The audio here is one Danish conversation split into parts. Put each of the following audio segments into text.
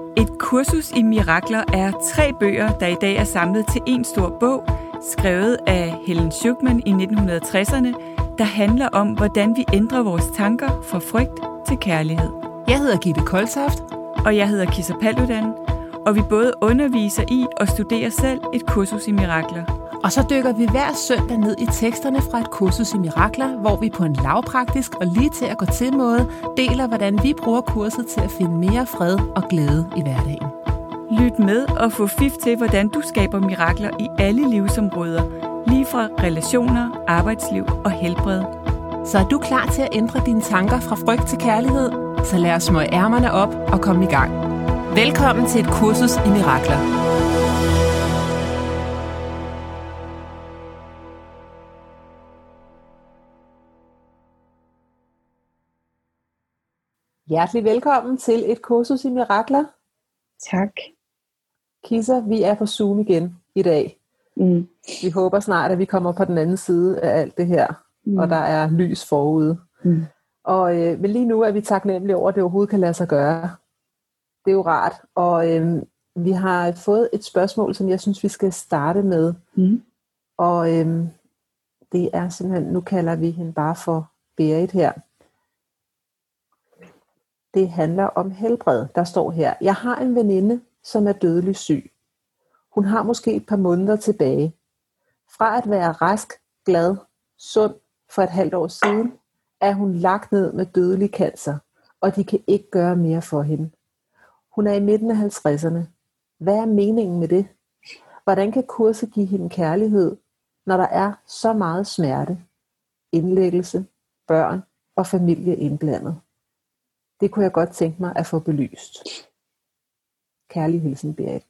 Et kursus i mirakler er 3 bøger, der i dag er samlet til en stor bog, skrevet af Helen Schucman i 1960'erne, der handler om, hvordan vi ændrer vores tanker fra frygt til kærlighed. Jeg hedder Gitte Koltoft. Og jeg hedder Kisser Paludan, og vi både underviser i og studerer selv et kursus i mirakler. Og så dykker vi hver søndag ned i teksterne fra et kursus i mirakler, hvor vi på en lavpraktisk og lige til at gå til måde deler, hvordan vi bruger kurset til at finde mere fred og glæde i hverdagen. Lyt med og få fif til, hvordan du skaber mirakler i alle livsområder, lige fra relationer, arbejdsliv og helbred. Så er du klar til at ændre dine tanker fra frygt til kærlighed? Så lad os smøge ærmerne op og komme i gang. Velkommen til et kursus i mirakler. Hjertelig velkommen til et kursus i mirakler. Tak. Kisser, vi er på Zoom igen i dag. Vi håber snart, at vi kommer på den anden side af alt det her, og der er lys forude. Men lige nu er vi taknemmelige over, at det overhovedet kan lade sig gøre. Det er jo rart. Og vi har fået et spørgsmål, som jeg synes, vi skal starte med. Og det er simpelthen, nu kalder vi hende bare for Berit her. Det handler om helbred. Der står her: jeg har en veninde, som er dødelig syg. Hun har måske et par måneder tilbage. Fra at være rask, glad, sund for et halvt år siden, er hun lagt ned med dødelig cancer, og de kan ikke gøre mere for hende. Hun er i midten af 50'erne. Hvad er meningen med det? Hvordan kan kurset give hende kærlighed, når der er så meget smerte, indlæggelse, børn og familie indblandet? Det kunne jeg godt tænke mig at få belyst. Kærlig hilsen, Berit.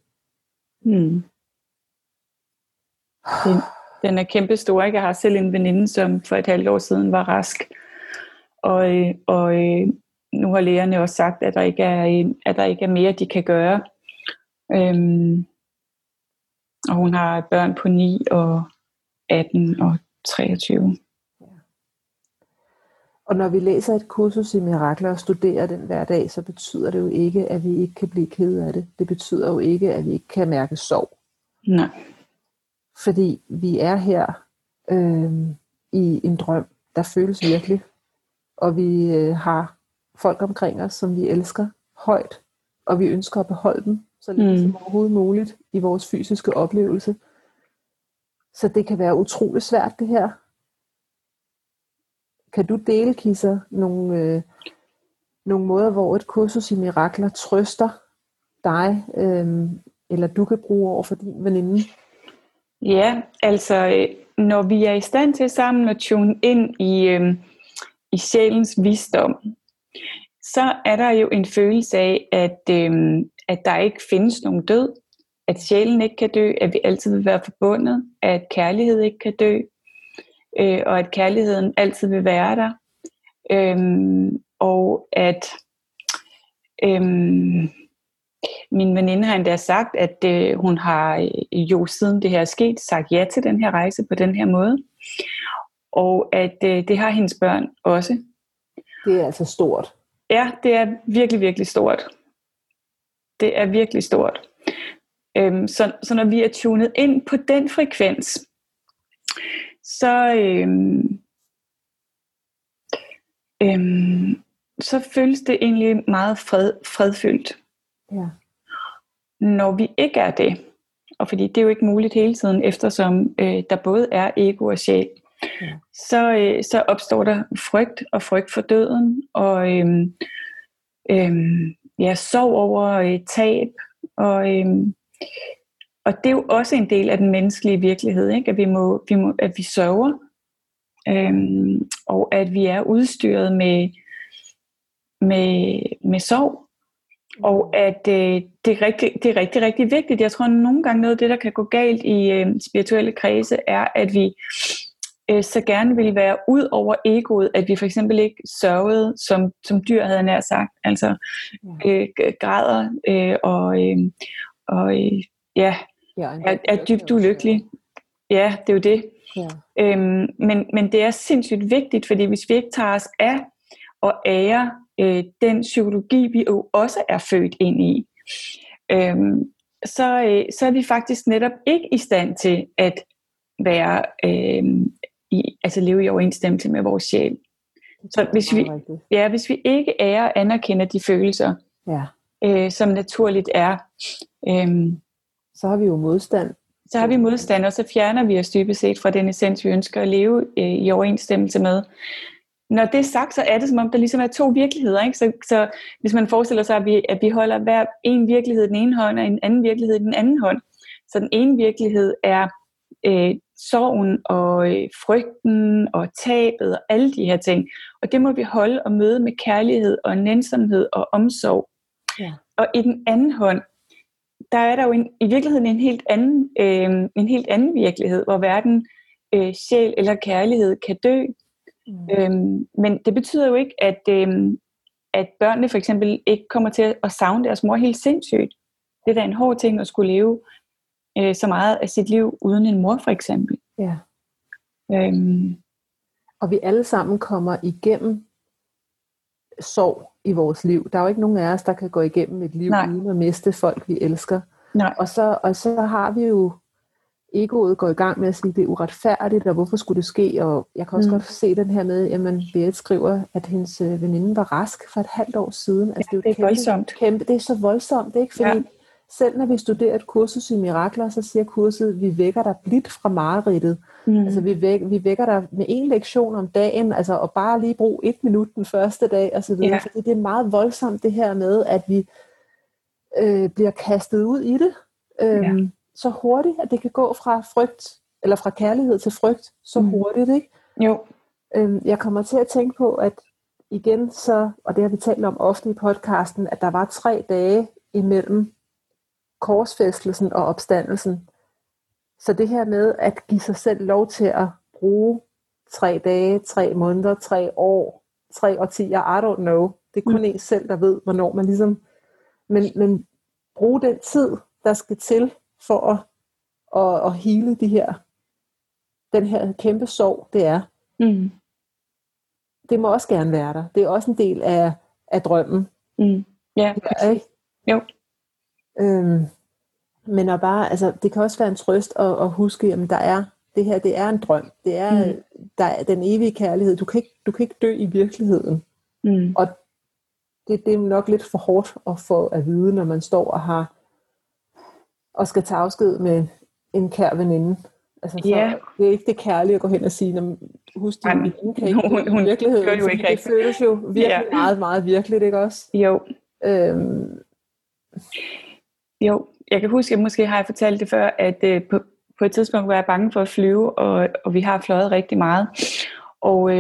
Den er kæmpestor. Jeg har selv en veninde, som for et halvt år siden var rask. Og nu har lægerne også sagt, at der ikke er mere, de kan gøre. Og hun har børn på 9 og 18 og 23. Og når vi læser et kursus i mirakler og studerer den hver dag, så betyder det jo ikke, at vi ikke kan blive ked af det. Det betyder jo ikke, at vi ikke kan mærke sorg. Nej. Fordi vi er her i en drøm, der føles virkelig. Og vi har folk omkring os, som vi elsker højt. Og vi ønsker at beholde dem så længe som overhovedet muligt i vores fysiske oplevelse. Så det kan være utroligt svært, det her. Kan du dele, Kisser, nogle måder, hvor et kursus i mirakler trøster dig, eller du kan bruge over for din veninde? Ja, altså når vi er i stand til sammen at tune ind i sjælens visdom, så er der jo en følelse af, at der ikke findes nogen død, at sjælen ikke kan dø, at vi altid vil være forbundet, at kærlighed ikke kan dø, og at kærligheden altid vil være der, og at min veninde har endda sagt, at hun har jo siden det her er sket sagt ja til den her rejse på den her måde, og at det har hendes børn også. Det er altså stort. Ja, det er virkelig, virkelig stort. Det er virkelig stort. Så når vi er tunet ind på den frekvens, så føles det egentlig meget fredfyldt. Ja. Når vi ikke er det, og fordi det er jo ikke muligt hele tiden, eftersom der både er ego og sjæl, så opstår der frygt for døden, og sorg over tab, og det er jo også en del af den menneskelige virkelighed, ikke? At vi sørger, og at vi er udstyret med sorg, og at det er rigtig, rigtig vigtigt. Jeg tror nogle gange noget af det, der kan gå galt i spirituelle kredse, er, at vi så gerne vil være ud over egoet, at vi for eksempel ikke sørgede, som dyr havde nær sagt, altså græder er dybt ulykkelig. Ja, det er jo det. Ja. Men det er sindssygt vigtigt, fordi hvis vi ikke tager os af og ærer den psykologi, vi jo også er født ind i, så er vi faktisk netop ikke i stand til at være altså leve i overensstemmelse med vores sjæl. Så hvis vi ikke er og anerkender de følelser, som naturligt er, så har vi jo modstand. Så har vi modstand, og så fjerner vi os dybest set fra den essens, vi ønsker at leve i overensstemmelse med. Når det er sagt, så er det som om, der ligesom er to virkeligheder. Ikke? Så hvis man forestiller sig, at vi holder hver en virkelighed i den ene hånd, og en anden virkelighed i den anden hånd. Så den ene virkelighed er sorgen og frygten og tabet og alle de her ting. Og det må vi holde og møde med kærlighed og nænsomhed og omsorg. Ja. Og i den anden hånd, der er der jo i virkeligheden en helt anden virkelighed, hvor hverken sjæl eller kærlighed kan dø. Men det betyder jo ikke, at børnene for eksempel ikke kommer til at savne deres mor helt sindssygt. Det er da en hård ting at skulle leve så meget af sit liv uden en mor for eksempel. Ja. Og vi alle sammen kommer igennem sorg i vores liv. Der er jo ikke nogen af os, der kan gå igennem et liv uden at miste folk, vi elsker. Nej. Og så har vi jo egoet går i gang med at sige, det er uretfærdigt, og hvorfor skulle det ske? Og jeg kan også godt se den her med, at Berit skriver, at hendes veninde var rask for et halvt år siden. Altså, det er voldsomt. Det er så voldsomt, ikke? Fordi selv når vi studerer et kursus i mirakler, så siger kurset, vi vækker dig blidt fra mareridtet. Altså vi vækker dig med en lektion om dagen, altså og bare lige bruge 1 minut den første dag, og så videre. Fordi det er meget voldsomt det her med, at vi bliver kastet ud i det. Så hurtigt, at det kan gå fra frygt, eller fra kærlighed til frygt, så hurtigt, ikke? Jo. Jeg kommer til at tænke på, at igen så, og det har vi talt om ofte i podcasten, at der var 3 dage imellem korsfæstelsen og opstandelsen. Så det her med at give sig selv lov til at bruge 3 dage, 3 måneder, 3 år, 3 årtier, I don't know. Det er kun en selv, der ved, hvornår man ligesom... Men bruge den tid, der skal til for at hele den her kæmpe sorg, det er. Det må også gerne være der. Det er også en del af drømmen. Ja, ikke? Jo. Men at bare, altså, det kan også være en trøst at huske, at det her, det er en drøm. Det er, der er den evige kærlighed. Du kan ikke dø i virkeligheden. Og det er nok lidt for hårdt at få at vide, når man står og skal tage afsked med en kær veninde. Altså, det er ikke det kærlige at gå hen og sige, husk din veninde kan ikke dø i virkeligheden. Det føles jo virkelig meget, meget virkeligt, ikke også? Jo. Jo, jeg kan huske, at måske har jeg fortalt det før, at på et tidspunkt var jeg bange for at flyve, og vi har fløjet rigtig meget. Og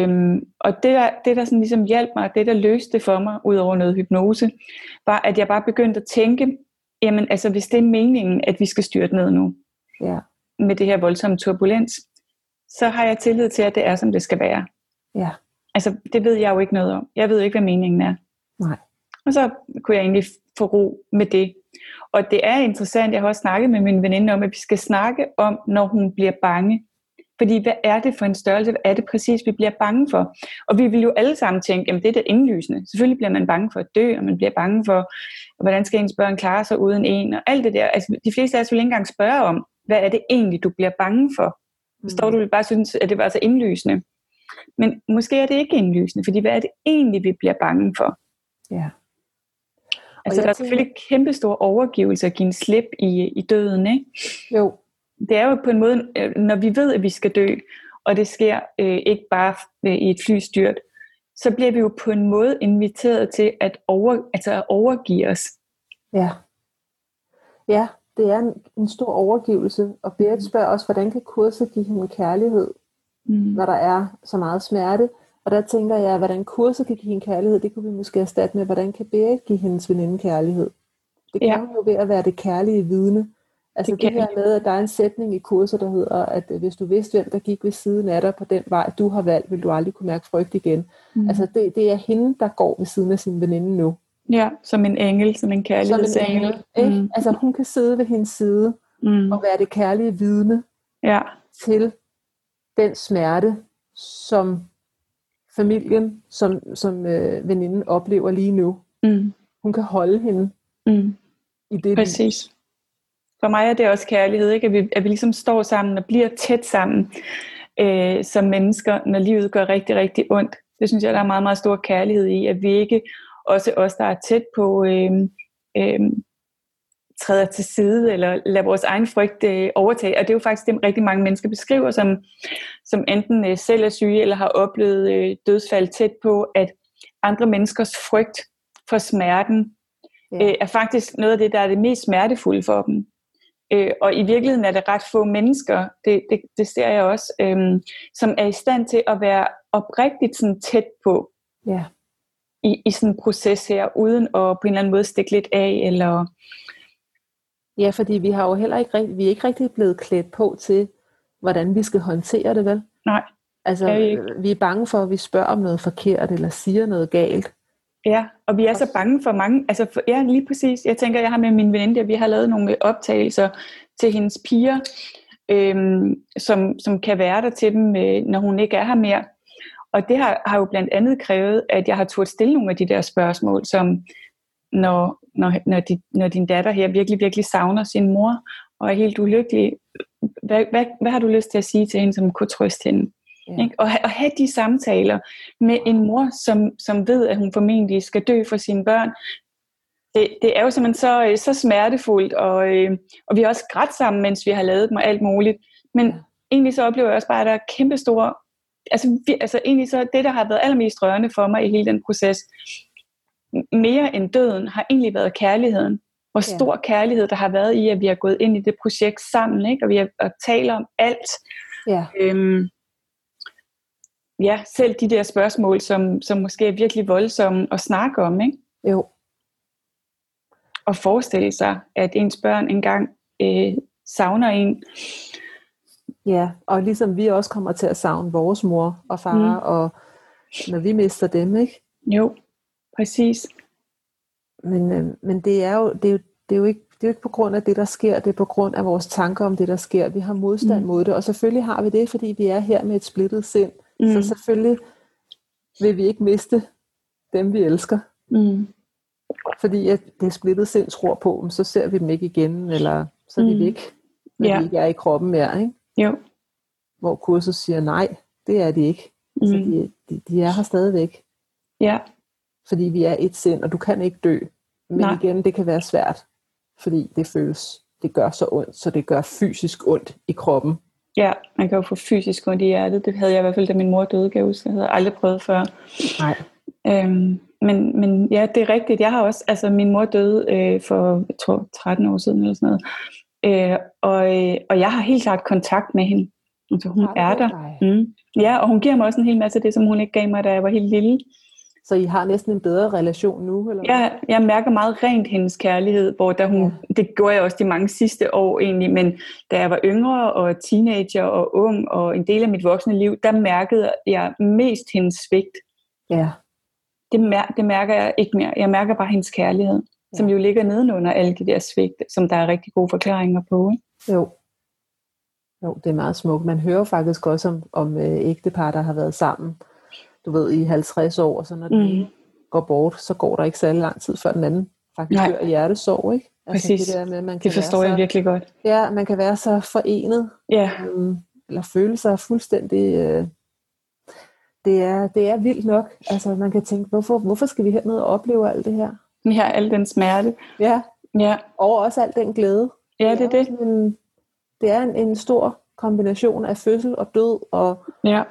det der sådan ligesom hjalp mig, det der løste det for mig, ud over noget hypnose, var, at jeg bare begyndte at tænke, jamen altså, hvis det er meningen, at vi skal styrte ned nu, med det her voldsomme turbulens, så har jeg tillid til, at det er, som det skal være. Ja. Altså, det ved jeg jo ikke noget om. Jeg ved ikke, hvad meningen er. Nej. Og så kunne jeg egentlig få ro med det. Og det er interessant, jeg har også snakket med min veninde om, at vi skal snakke om, når hun bliver bange. Fordi hvad er det for en størrelse? Hvad er det præcis, vi bliver bange for? Og vi vil jo alle sammen tænke, jamen det er da indlysende. Selvfølgelig bliver man bange for at dø, og man bliver bange for, hvordan skal ens børn klare sig uden en, og alt det der. Altså, de fleste af os vil ikke engang spørge om, hvad er det egentlig, du bliver bange for? Forstår du, bare synes, at det var så indlysende. Men måske er det ikke indlysende, fordi hvad er det egentlig, vi bliver bange for? Ja. Altså der er selvfølgelig kæmpestor overgivelse at give en slip i døden, ikke? Jo. Det er jo på en måde, når vi ved, at vi skal dø, og det sker ikke bare i et flystyrt, så bliver vi jo på en måde inviteret til at overgive os. Ja. Ja, det er en stor overgivelse. Og Berit spørger også, hvordan kan kurset give hende kærlighed, når der er så meget smerte? Og der tænker jeg, hvordan kurset kan give hende kærlighed, det kunne vi måske erstatte med, hvordan kan Berit give hendes veninde kærlighed? Det kan jo ved at være det kærlige vidne. Altså det her med, at der er en sætning i kurset, der hedder, at hvis du vidste, hvem der gik ved siden af dig på den vej, du har valgt, vil du aldrig kunne mærke frygt igen. Altså det er hende, der går ved siden af sin veninde nu. Ja, som en engel, som en kærlighedsengel. Altså hun kan sidde ved hendes side og være det kærlige vidne til den smerte, som familien, som veninden oplever lige nu. Hun kan holde hende. i det. Præcis. For mig er det også kærlighed, ikke? At vi ligesom står sammen og bliver tæt sammen som mennesker, når livet gør rigtig, rigtig ondt. Det synes jeg, der er meget, meget stor kærlighed i, at vi ikke, også os, der er tæt på, træder til side, eller lader vores egen frygt overtage. Og det er jo faktisk det, rigtig mange mennesker beskriver, som enten selv er syge, eller har oplevet dødsfald tæt på, at andre menneskers frygt for smerten er faktisk noget af det, der er det mest smertefulde for dem. Og i virkeligheden er det ret få mennesker, det ser jeg også, som er i stand til at være oprigtigt sådan tæt på i sådan en proces her, uden at på en eller anden måde stikke lidt af. Eller ja, fordi vi har jo heller ikke vi er ikke rigtig blevet klædt på til, hvordan vi skal håndtere det, vel? Nej. Altså, vi er bange for, at vi spørger om noget forkert, eller siger noget galt. Ja, og vi er så bange for mange, ja, lige præcis. Jeg tænker, jeg har med min veninde, vi har lavet nogle optagelser til hendes piger, som kan være der til dem, når hun ikke er her mere. Og det har jo blandt andet krævet, at jeg har turt stille nogle af de der spørgsmål, som når din datter her virkelig, virkelig savner sin mor, og er helt ulykkelig, hvad har du lyst til at sige til hende, som kunne trøste hende? Ja. Ikke? Og have de samtaler med en mor, som ved, at hun formentlig skal dø for sine børn, det er jo simpelthen så smertefuldt, og vi har også grædt sammen, mens vi har lavet dem og alt muligt. Men egentlig så oplever jeg også bare, at der er kæmpestore, egentlig så det, der har været allermest rørende for mig i hele den proces, mere end døden, har egentlig været kærligheden. Hvor stor kærlighed der har været i, at vi har gået ind i det projekt sammen, ikke? Og vi har talt om alt. Ja. Selv de der spørgsmål, som måske er virkelig voldsomme at snakke om, ikke? Jo. Og forestille sig, at ens børn engang savner en. Ja, og ligesom vi også kommer til at savne vores mor og far, og når vi mister dem, ikke? Jo, præcis. Men det er jo ikke på grund af det, der sker, det er på grund af vores tanker om det, der sker. Vi har modstand mod det, og selvfølgelig har vi det, fordi vi er her med et splittet sind. Så selvfølgelig vil vi ikke miste dem, vi elsker. Fordi at det splittede sind tror på, så ser vi dem ikke igen, eller så er de væk, når de ikke er i kroppen mere. Ikke? Jo. Hvor kurset siger, nej, det er de ikke. Så de er her stadigvæk. Ja. Fordi vi er et sind, og du kan ikke dø. Men igen, det kan være svært, fordi det gør så ondt, så det gør fysisk ondt i kroppen. Ja, man kan jo få fysisk ondt i hjertet. Det havde jeg i hvert fald, da min mor døde, kan jeg huske. Jeg havde aldrig prøvet før. Nej. Men ja, det er rigtigt. Jeg har også, min mor døde for, jeg tror, 13 år siden eller sådan noget. Og jeg har helt klart kontakt med hende. Altså, hun er der. Ja, og hun giver mig også en hel masse af det, som hun ikke gav mig, da jeg var helt lille. Så I har næsten en bedre relation nu? Eller? Ja, jeg mærker meget rent hendes kærlighed, hvor det gjorde jeg også de mange sidste år egentlig, men da jeg var yngre og teenager og ung og en del af mit voksne liv, der mærkede jeg mest hendes svigt. Ja. Det mærker jeg ikke mere. Jeg mærker bare hendes kærlighed, som jo ligger nedenunder alle de der svigt, som der er rigtig gode forklaringer på. Ikke? Jo, det er meget smukt. Man hører faktisk også om ægtepar, der har været sammen, du ved, i 50 år, og så når den går bort, så går der ikke særlig lang tid, før den anden faktisk dør af hjertesorg, ikke? Altså, præcis. Det, der med, man kan det forstår jeg virkelig godt. Ja, man kan være så forenet, eller føle sig fuldstændig... Det er vildt nok. Altså, man kan tænke, hvorfor skal vi hernede og opleve alt det her? Ja, al den smerte. Ja. Og også al den glæde. Ja, det er det. Det er en stor kombination af fødsel og død. Og ja.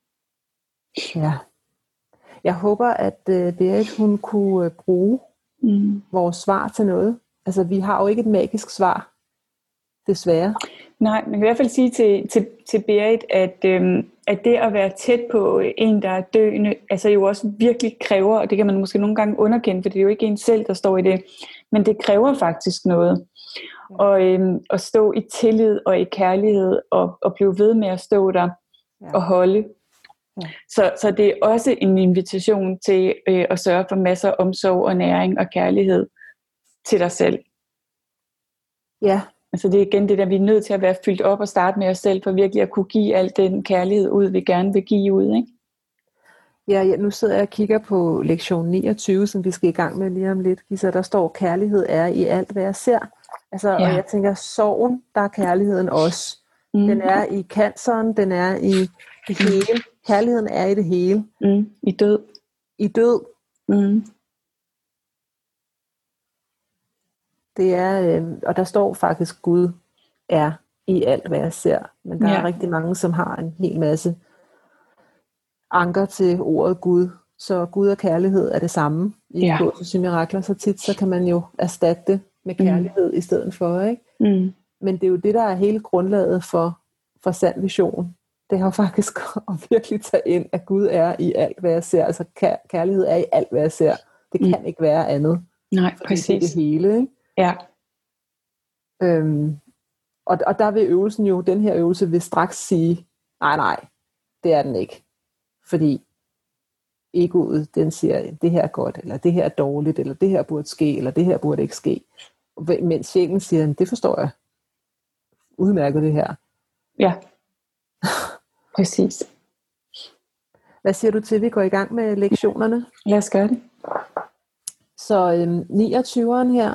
Jeg håber, at Berit, hun kunne bruge vores svar til noget. Altså, vi har jo ikke et magisk svar, desværre. Nej, man kan i hvert fald sige til Berit, at det at være tæt på en, der er døende, altså jo også virkelig kræver, og det kan man måske nogle gange underkende, for det er jo ikke en selv, der står i det, men det kræver faktisk noget. Og at stå i tillid og i kærlighed, og blive ved med at stå der og holde. Ja. Så det er også en invitation til at sørge for masser af omsorg og næring og kærlighed til dig selv. Ja. Altså det er igen det der, vi er nødt til at være fyldt op og starte med os selv, for virkelig at kunne give al den kærlighed ud, vi gerne vil give ud, ikke? Ja, nu sidder jeg og kigger på lektion 29, som vi skal i gang med lige om lidt. Så der står, kærlighed er i alt, hvad jeg ser. Altså, ja. Og jeg tænker, sorgen, der er kærligheden også. Den er i canceren, den er i det hele. Kærligheden er i det hele. I død. I død. Det er, og der står faktisk, Gud er i alt, hvad jeg ser. Men der er rigtig mange, som har en hel masse anker til ordet Gud. Så Gud og kærlighed er det samme i kursus i mirakler. Så tit så kan man jo erstatte det med kærlighed i stedet for, ikke? Men det er jo det, der er hele grundlaget for sand vision. Det har jo faktisk at virkelig tage ind, at Gud er i alt, hvad jeg ser. Altså kærlighed er i alt, hvad jeg ser. Det kan ikke være andet. Nej, præcis. Det er det hele, ikke? Ja. Og der vil øvelsen jo, den her øvelse vil straks sige, nej, det er den ikke. Fordi egoet, den siger, det her er godt, eller det her er dårligt, eller det her burde ske, eller det her burde ikke ske. Mens sjælen siger, det forstår jeg. Udmærket det her. Ja, præcis. Hvad siger du til, at vi går i gang med lektionerne? Lad os gøre det. Så 29'eren her,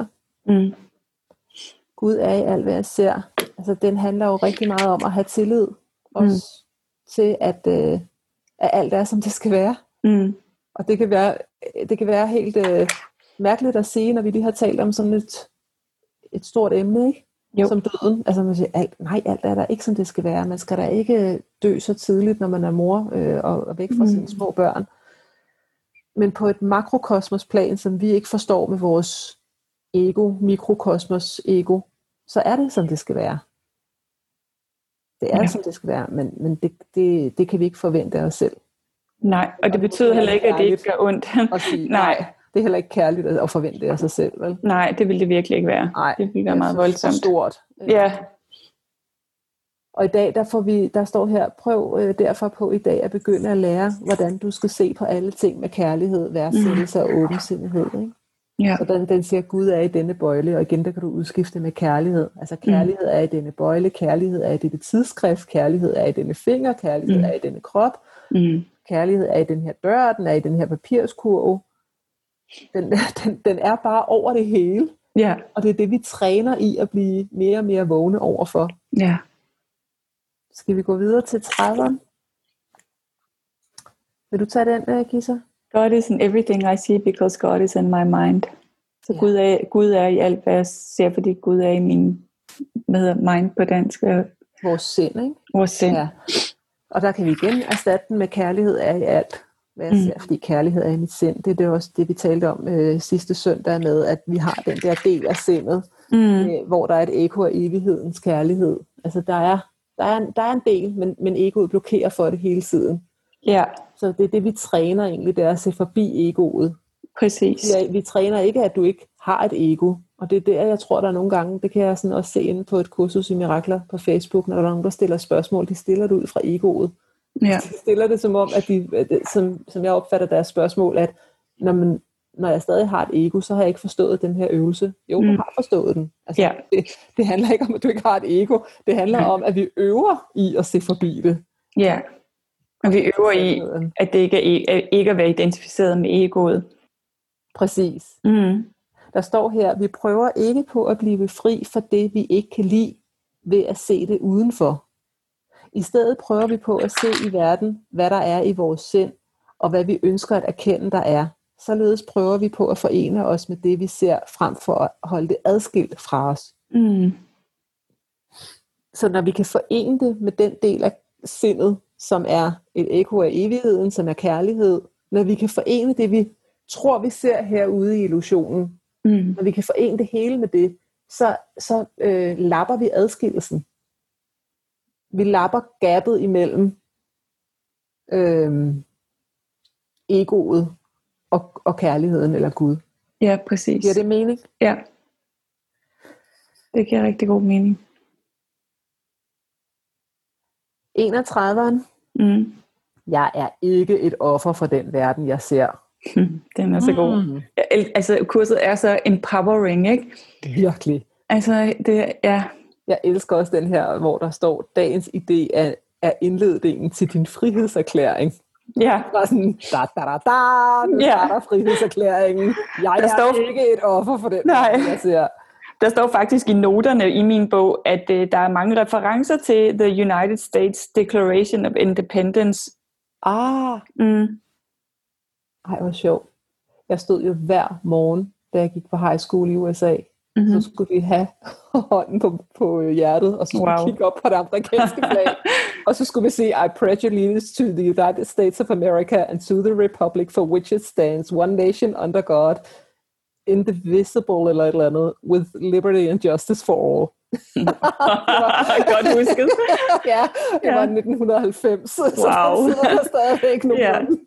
Gud er i alt, hvad jeg ser. Altså, den handler jo rigtig meget om at have tillid også til, at alt er, som det skal være. Og det kan være helt mærkeligt at sige, når vi lige har talt om sådan et stort emne, ikke? Som døden. Altså man siger, alt er der ikke, som det skal være. Man skal da ikke dø så tidligt, når man er mor og væk fra sine små børn. Men på et makrokosmosplan, som vi ikke forstår med vores ego, mikrokosmos ego, så er det, som det skal være. Det er, som det skal være, men det kan vi ikke forvente af os selv. Nej, og det betyder heller ikke, at det ikke gør ondt. Sige, nej, det er heller ikke kærligt at forvente af sig selv, vel? Nej, det vil det virkelig ikke være. Nej, det vil være meget voldsomt. Det er stort. Ja. Og i dag, der står her, prøv derfor på i dag at begynde at lære, hvordan du skal se på alle ting med kærlighed, værdsættelse og åbensindighed, ikke? Ja. Så den siger, Gud er i denne bøjle, og igen, der kan du udskifte med kærlighed. Altså kærlighed er i denne bøjle, kærlighed er i dette tidsskrift, kærlighed er i denne finger, kærlighed er i denne krop, kærlighed er i den her dør, den er i den her papirskurve. Den er bare over det hele. Ja. Og det er det, vi træner i at blive mere og mere vågne overfor. Ja. Skal vi gå videre til 30'eren? Vil du tage den, Kisser? God is in everything I see, because God is in my mind. Så Gud er i alt, hvad jeg ser, fordi Gud er i min, mind på dansk. Vores sind, ikke? Vores sind. Ja. Og der kan vi igen erstatte den med kærlighed er i alt, hvad jeg ser, fordi kærlighed er i mit sind. Det er også det, vi talte om sidste søndag med, at vi har den der del af sindet, hvor der er et eko af evighedens kærlighed. Altså der er en del, men egoet blokerer for det hele tiden. Ja. Så det er det, vi træner egentlig, det er at se forbi egoet. Præcis. Vi træner ikke, at du ikke har et ego. Og det er der, jeg tror, der er nogle gange, det kan jeg sådan også se inde på et kursus i mirakler på Facebook, når der er nogen, der stiller spørgsmål, de stiller det ud fra egoet. Ja. De stiller det som om, at som jeg opfatter deres spørgsmål, at når jeg stadig har et ego, så har jeg ikke forstået den her øvelse. Jo, du har forstået den. Altså, det handler ikke om, at du ikke har et ego. Det handler om, at vi øver i at se forbi det. Ja, og vi øver i, at det ikke at være identificeret med egoet. Præcis. Der står her, vi prøver ikke på at blive fri for det, vi ikke kan lide, ved at se det udenfor. I stedet prøver vi på at se i verden, hvad der er i vores sind, og hvad vi ønsker at erkende, der er. Således prøver vi på at forene os med det, vi ser, frem for at holde det adskilt fra os. Så når vi kan forene det med den del af sindet, som er et eko af evigheden, som er kærlighed, når vi kan forene det, vi tror, vi ser herude i illusionen, når vi kan forene det hele med det, så lapper vi adskillelsen. Vi lapper gabet imellem egoet og kærligheden eller Gud. Ja, præcis. Giver det mening? Ja. Det giver rigtig god mening. 31'eren. Jeg er ikke et offer for den verden, jeg ser. Den er så god. Altså, kurset er så empowering, ikke? Virkelig. Altså, det er... Jeg elsker også den her, hvor der står, dagens idé er indledningen til din frihedserklæring. Ja. Bare sådan, nu starter frihedserklæringen. Jeg er ikke et offer for den. Nej. Jeg siger. Der står faktisk i noterne i min bog, at der er mange referencer til The United States Declaration of Independence. Ej, hvor sjovt. Jeg stod jo hver morgen, da jeg gik på high school i USA. Så skulle vi have hånden på hjertet, og så skulle vi kigge op på det amerikanske flag. Og så skulle vi sige, I pledge allegiance to the United States of America and to the republic for which it stands, one nation under God, indivisible eller et eller andet, with liberty and justice for all. Godt husket. Ja, det var 1990, wow. Så der stadigvæk nogen.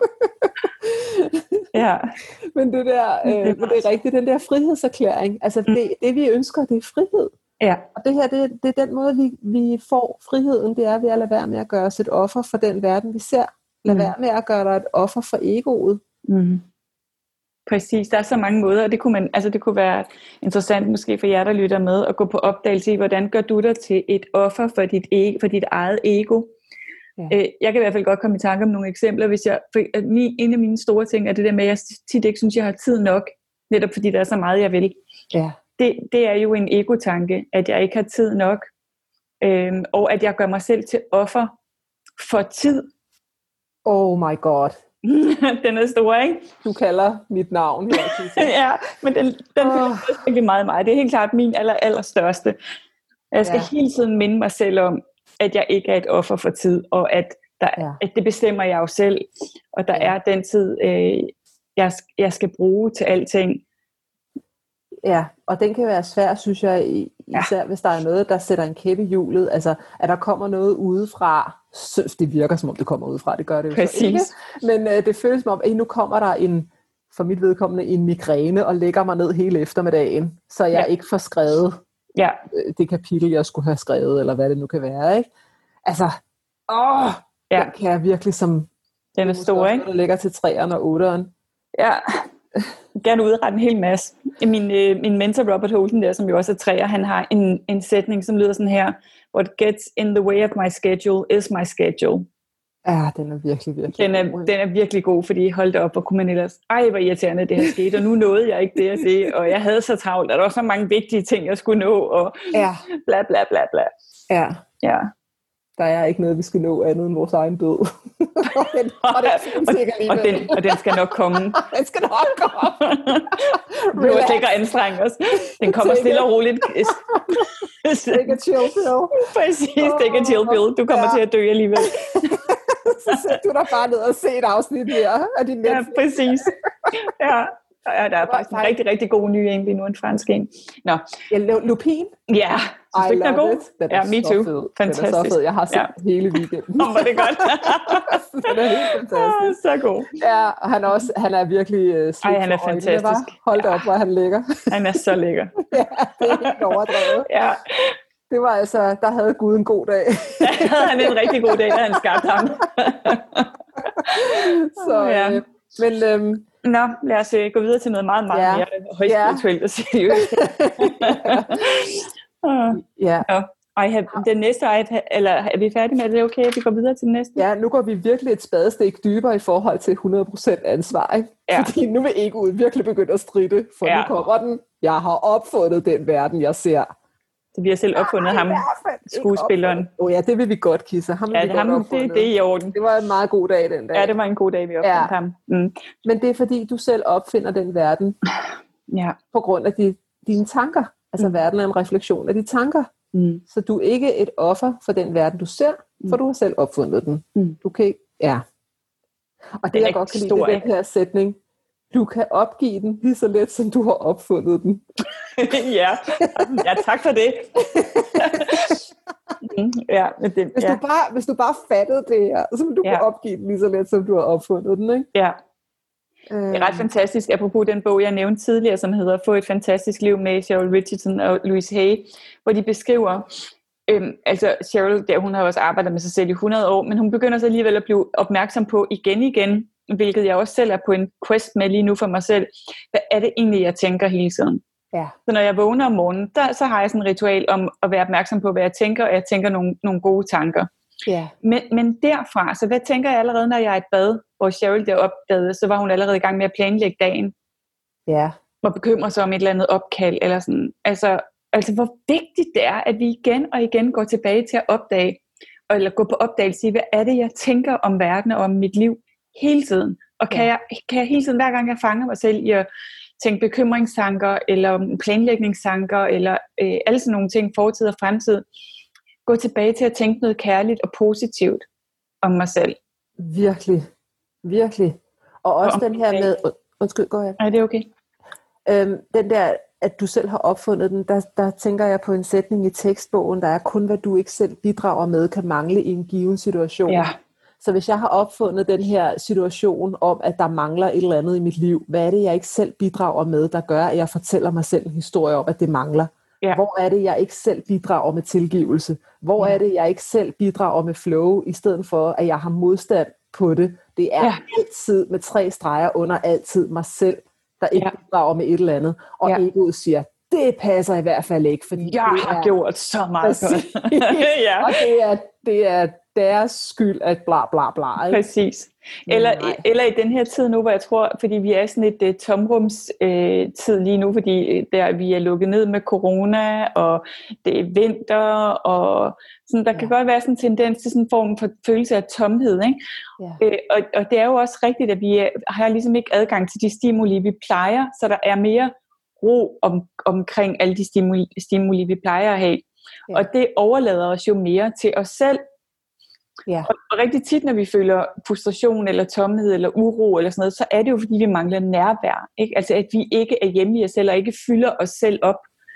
Ja. Men det der, men det er rigtigt, den der frihedserklæring, altså det vi ønsker, det er frihed. Ja. Og det her, det er den måde, vi får friheden, det er ved at lade være med at gøre os et offer for den verden, vi ser. Lad være med at gøre dig et offer for egoet. Præcis, der er så mange måder, og det kunne være interessant måske for jer, der lytter med, at gå på opdagelse i, hvordan gør du dig til et offer for dit eget ego. Ja. Jeg kan i hvert fald godt komme i tanke om nogle eksempler, en af mine store ting er det der med, at jeg tit ikke synes, jeg har tid nok, netop fordi der er så meget, jeg vil. Ja. Det er jo en ego-tanke, at jeg ikke har tid nok, og at jeg gør mig selv til offer for tid. Oh my god. Den er stor, ikke? Du kalder mit navn her. Ja, men den fylder virkelig meget mig. Det er helt klart min allerstørste. Jeg skal hele tiden minde mig selv om, at jeg ikke er et offer for tid, og at det bestemmer jeg jo selv, og der er den tid, jeg skal bruge til alting. Ja, og den kan være svær, synes jeg, især hvis der er noget, der sætter en kæppe i hjulet, altså at der kommer noget udefra. Det virker som om det kommer udefra, det gør det jo så ikke, men det føles som om, at nu kommer der for mit vedkommende en migræne, og lægger mig ned hele eftermiddagen, så jeg ikke får skrevet det kapitel, jeg skulle have skrevet, eller hvad det nu kan være, ikke? Altså, den kan jeg virkelig som... Den er stor, ikke? Der ligger til 3'eren og 8'eren. Ja, gerne udrette en hel masse. Min mentor Robert Holden der, som jo også er 3'er, han har en sætning, som lyder sådan her: What gets in the way of my schedule is my schedule. Ja, den er virkelig den er virkelig god, fordi hold da op, hvor kunne man ellers, hvor irriterende det her skete, og nu nåede jeg ikke det og det, og jeg havde så travlt, og der var så mange vigtige ting, jeg skulle nå, og bla bla bla bla. Ja. Der er ikke noget, vi skal nå andet end vores egen død. og den skal nok komme. Den skal nok komme. Vi må ikke anstrenge os. Den kommer stille og roligt. Take a chill pill. Præcis, take a chill pill. Du kommer til at dø alligevel. Så sætter du dig bare ned og se et afsnit mere af din Netflix. Ja, præcis. Ja, der er faktisk en rigtig, rigtig god ny en lige nu, en fransk en. Nå. Ja, Lupin. Ja, synes du ikke, den er god? Ja, me too. Fed. Fantastisk. Den er så fed. Jeg har set hele weekenden. Hvor det godt. Den er helt fantastisk. Så god. Ja, og han er virkelig slik. Han er fantastisk. Hold da op, hvor han ligger. Han er så lækker. Ja, det er helt overdrevet. Ja. Det var altså, der havde Gud en god dag. Der havde han en rigtig god dag, da han skabte ham. Så, men... Nå, lad os gå videre til noget meget, meget mere højspirituelt og seriøst. Den næste, eller er vi færdige med det? Er det okay, at vi går videre til den næste? Ja, nu går vi virkelig et spadestik dybere i forhold til 100% ansvar. Ikke? Ja. Fordi nu vil egoet virkelig begynde at stride, for nu kommer den. Jeg har opfundet den verden, jeg ser. Så vi har selv opfundet ham, skuespilleren. Ja, det vil vi godt kisse. Det er i orden. Det var en meget god dag den dag. Ja, det var en god dag, vi opfandt ham. Men det er fordi, du selv opfinder den verden på grund af dine tanker. Altså verden er en refleksion af de tanker. Så du er ikke et offer for den verden, du ser, for du har selv opfundet den. Du kan ikke... Ja. Og det jeg godt kan lide, det er den her sætning. Du kan opgive den lige så let, som du har opfundet den. Ja, tak for det. Hvis du bare fattede det her, så vil du kunne opgive den lige så let, som du har opfundet den, ikke? Ja. Det er ret fantastisk, apropos den bog, jeg nævnte tidligere, som hedder Få et fantastisk liv med Cheryl Richardson og Louise Hay, hvor de beskriver, Cheryl, hun har også arbejdet med sig selv i 100 år, men hun begynder så alligevel at blive opmærksom på igen, hvilket jeg også selv er på en quest med lige nu for mig selv. Hvad er det egentlig, jeg tænker hele tiden? Ja. Så når jeg vågner om morgenen, så har jeg sådan et ritual om at være opmærksom på, hvad jeg tænker, og jeg tænker nogle gode tanker. Ja. Men derfra, så hvad tænker jeg allerede, når jeg er i bad, hvor Cheryl der opdagede, så var hun allerede i gang med at planlægge dagen. Ja. Og bekymre sig om et eller andet opkald, eller sådan. Altså hvor vigtigt det er, at vi igen og igen går tilbage til at opdage, eller gå på opdagelse i, hvad er det, jeg tænker om verden og om mit liv hele tiden. Og kan jeg hele tiden, hver gang jeg fanger mig selv i at tænke bekymringstanker, eller planlægningstanker, eller alle sådan nogle ting, fortid og fremtid, gå tilbage til at tænke noget kærligt og positivt om mig selv. Virkelig. Virkelig. Og også og den her med... Undskyld, går jeg? Nej, det er okay. Den der, at du selv har opfundet den, der tænker jeg på en sætning i tekstbogen, der er kun, hvad du ikke selv bidrager med, kan mangle i en given situation. Ja. Så hvis jeg har opfundet den her situation om, at der mangler et eller andet i mit liv, hvad er det, jeg ikke selv bidrager med, der gør, at jeg fortæller mig selv en historie om, at det mangler? Ja. Hvor er det, jeg ikke selv bidrager med tilgivelse? Hvor er det, jeg ikke selv bidrager med flow, i stedet for, at jeg har modstand på det? Det er altid med 3 streger under altid mig selv, der ikke bidrager med et eller andet. Og egoet siger, det passer i hvert fald ikke. Fordi jeg har gjort så meget godt. Og det er deres skyld, at bla bla bla. Ikke? Præcis. Eller i den her tid nu, hvor jeg tror, fordi vi er sådan et tomrumstid lige nu, fordi vi er lukket ned med corona, og det er vinter, og sådan, der kan godt være sådan en tendens til sådan en form for følelse af tomhed. Ikke? Og det er jo også rigtigt, at vi har ligesom ikke adgang til de stimuli, vi plejer, så der er mere ro omkring alle de stimuli, vi plejer at have. Ja. Og det overlader os jo mere til os selv. Ja. Og rigtig tit, når vi føler frustration eller tomhed eller uro eller sådan noget, så er det jo fordi, vi mangler nærvær. Ikke? Altså at vi ikke er hjemme i os selv og ikke fylder os selv op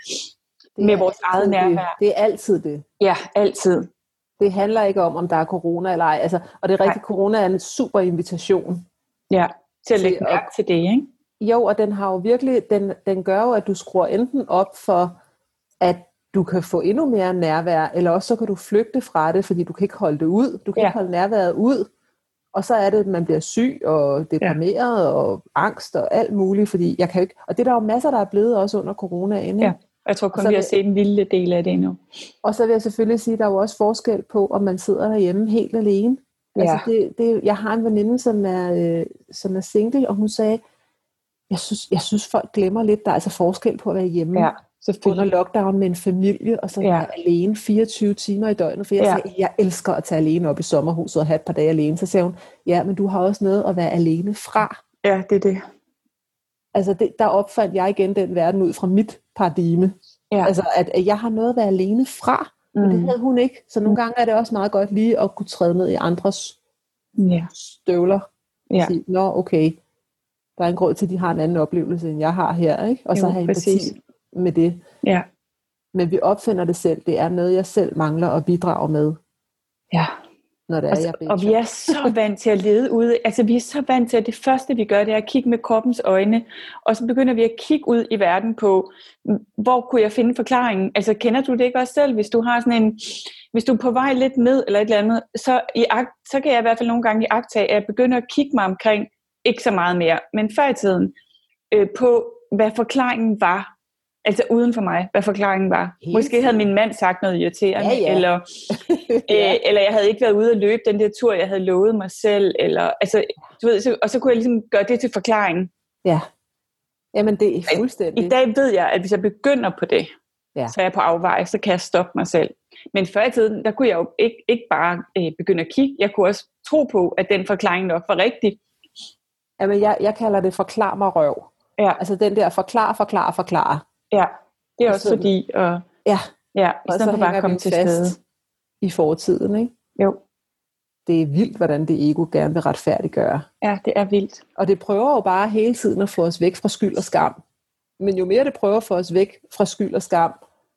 med vores eget nærvær. Det er altid det. Ja, altid. Det handler ikke om der er corona eller ej. Altså, og det er rigtigt, corona er en super invitation. Ja, til at lægge mærke til det, ikke? Jo, og den har jo virkelig, den gør jo, at du skruer enten op for, at du kan få endnu mere nærvær, eller også så kan du flygte fra det, fordi du kan ikke holde det ud. Du kan ikke holde nærværet ud. Og så er det, at man bliver syg og deprimeret og angst og alt muligt, fordi jeg kan ikke... Og det er der jo masser, der er blevet også under coronaen. Ja, jeg tror kun, vi har set en lille del af det endnu. Og så vil jeg selvfølgelig sige, at der er jo også forskel på, om man sidder derhjemme helt alene. Altså jeg har en veninde, som er single, og hun sagde, jeg synes folk glemmer lidt, der er altså forskel på at være hjemme under lockdown med en familie, og så være alene 24 timer i døgnet. For jeg sagde, jeg elsker at tage alene op i sommerhuset og have et par dage alene. Så sagde hun, ja, men du har også noget at være alene fra. Ja, det er det. Altså der opfandt jeg igen den verden ud fra mit paradigme. Ja. Altså at jeg har noget at være alene fra, men det havde hun ikke. Så nogle gange er det også meget godt lige at kunne træde ned i andres støvler. Ja. Sige, nå, okay, der er en grund til, at de har en anden oplevelse, end jeg har her, ikke? Og så have empati med det. Ja. Men vi opfinder det selv. Det er noget, jeg selv mangler at bidrage med. Ja. Når det er, og vi er så vant til at lede ude. Altså vi er så vant til, at det første vi gør, det er at kigge med kroppens øjne. Og så begynder vi at kigge ud i verden på, hvor kunne jeg finde forklaringen? Altså kender du det ikke også selv, hvis du har sådan en... Hvis du er på vej lidt ned eller et eller andet, så kan jeg i hvert fald nogle gange iagttage, at jeg begynder at kigge mig omkring, ikke så meget mere, men før i tiden, på hvad forklaringen var. Altså uden for mig, hvad forklaringen var. Måske havde min mand sagt noget irriterende, eller jeg havde ikke været ude at løbe den der tur, jeg havde lovet mig selv, eller, altså, du ved, og så kunne jeg ligesom gøre det til forklaringen. Ja, jamen det er fuldstændig. I dag ved jeg, at hvis jeg begynder på det, så er jeg på afveje, så kan jeg stoppe mig selv. Men før i tiden, der kunne jeg jo ikke bare begynde at kigge, jeg kunne også tro på, at den forklaring nok var rigtig. Jamen jeg kalder det forklar mig røv. Ja. Altså den der forklare. Ja, det er også fordi, i stedet for bare at komme til stede i fortiden, ikke? Jo. Det er vildt, hvordan det ego gerne vil retfærdiggøre. Ja, det er vildt. Og det prøver jo bare hele tiden at få os væk fra skyld og skam. Men jo mere det prøver at få os væk fra skyld og skam,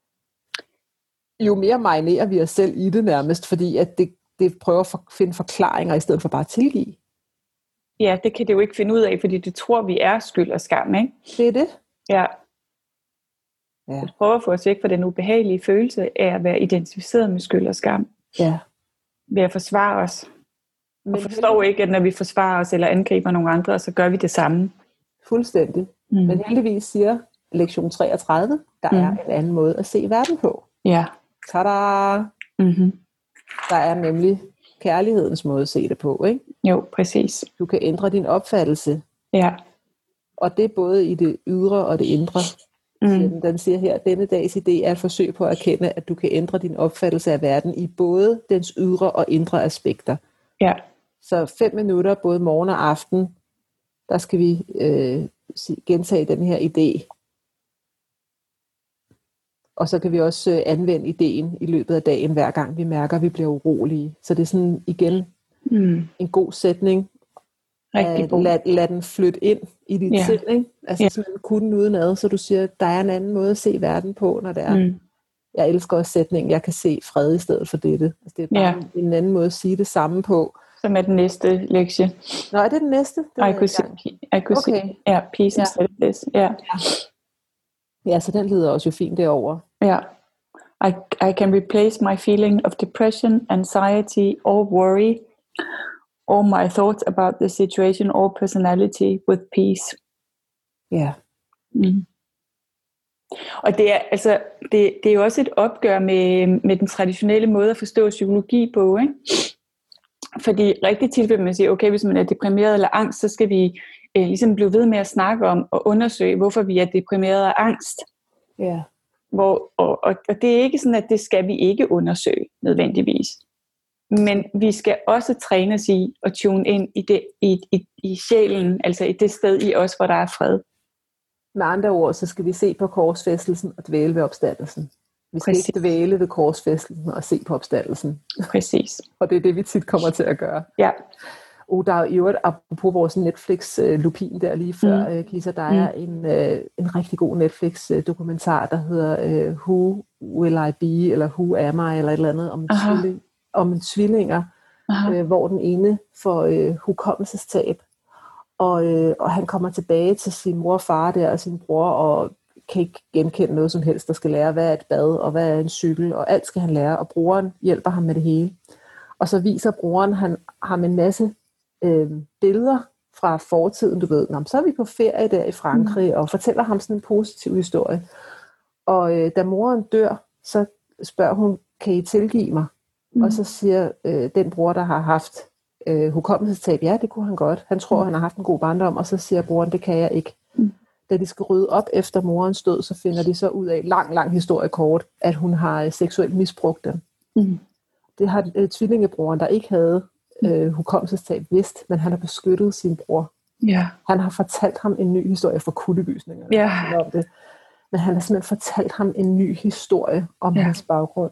jo mere marinerer vi os selv i det nærmest, fordi at det prøver at finde forklaringer, i stedet for bare at tilgive. Ja, det kan det jo ikke finde ud af, fordi det tror vi er skyld og skam, ikke? Det er det. Ja. Vi prøver at få os væk fra den ubehagelige følelse af at være identificeret med skyld og skam. Ja. Ved at forsvare os. Og forstår ikke, at når vi forsvarer os eller angriber nogle andre, så gør vi det samme. Fuldstændig. Men heldigvis siger lektion 33, der er en anden måde at se verden på. Ja. Tada! Mm-hmm. Der er nemlig kærlighedens måde at se det på, ikke? Jo, præcis. Du kan ændre din opfattelse. Ja. Og det er både i det ydre og det indre. Den siger her, denne dags idé er et forsøg på at erkende, at du kan ændre din opfattelse af verden i både dens ydre og indre aspekter. Ja. Så 5 minutter, både morgen og aften, der skal vi gentage den her idé. Og så kan vi også anvende ideen i løbet af dagen, hver gang vi mærker, at vi bliver urolige. Så det er sådan igen en god sætning. Lad den flytte ind i dit sind, ikke? Altså sådan kun udenad, så du siger, der er en anden måde at se verden på, når det er. Jeg elsker også sætningen, jeg kan se fred i stedet for dette. Altså, det er bare en anden måde at sige det samme på. Som er den næste lektie. Nå, er det den næste? I could see, peace instead of this. Ja, så den lyder også jo fint derover. Ja. I can replace my feeling of depression, anxiety or worry, all my thoughts about the situation or personality with peace. Ja. Og det er altså det er jo også et opgør med den traditionelle måde at forstå psykologi på, ikke? Fordi rigtig tit vil man sige, okay, hvis man er deprimeret eller angst, så skal vi ligesom blive ved med at snakke om og undersøge, hvorfor vi er deprimeret og angst. Ja. Og det er ikke sådan, at det skal vi ikke undersøge nødvendigvis. Men vi skal også trænes i at tune ind i sjælen, altså i det sted i os, hvor der er fred. Med andre ord, så skal vi se på korsfæstelsen og dvæle ved opstandelsen. Vi skal ikke dvæle ved korsfæstelsen og se på opstandelsen. Præcis. Og det er det, vi tit kommer til at gøre. Ja. Der er jo apropos vores Netflix-lupin der lige før, Kisa, der er en rigtig god Netflix-dokumentar, der hedder Who Will I Be, eller Who Am I, eller et eller andet om tvillinger, hvor den ene får hukommelsestab, og han kommer tilbage til sin mor og far der, og sin bror, og kan ikke genkende noget som helst, der skal lære, hvad er et bad, og hvad er en cykel, og alt skal han lære, og broren hjælper ham med det hele. Og så viser broren ham en masse billeder fra fortiden, du ved. Så er vi på ferie der i Frankrig, og fortæller ham sådan en positiv historie. Og da moren dør, så spørger hun, kan I tilgive mig? Og så siger den bror, der har haft hukommelsestab, ja, det kunne han godt. Han tror, han har haft en god barndom, og så siger broren, det kan jeg ikke. Da de skal rydde op efter morens død, så finder de så ud af, lang historie kort, at hun har seksuelt misbrugt dem. Det har tvillingebroren, der ikke havde hukommelsestab, vidst, men han har beskyttet sin bror. Han har fortalt ham en ny historie for kuldegysninger. Om det. Men han har simpelthen fortalt ham en ny historie om hans baggrund.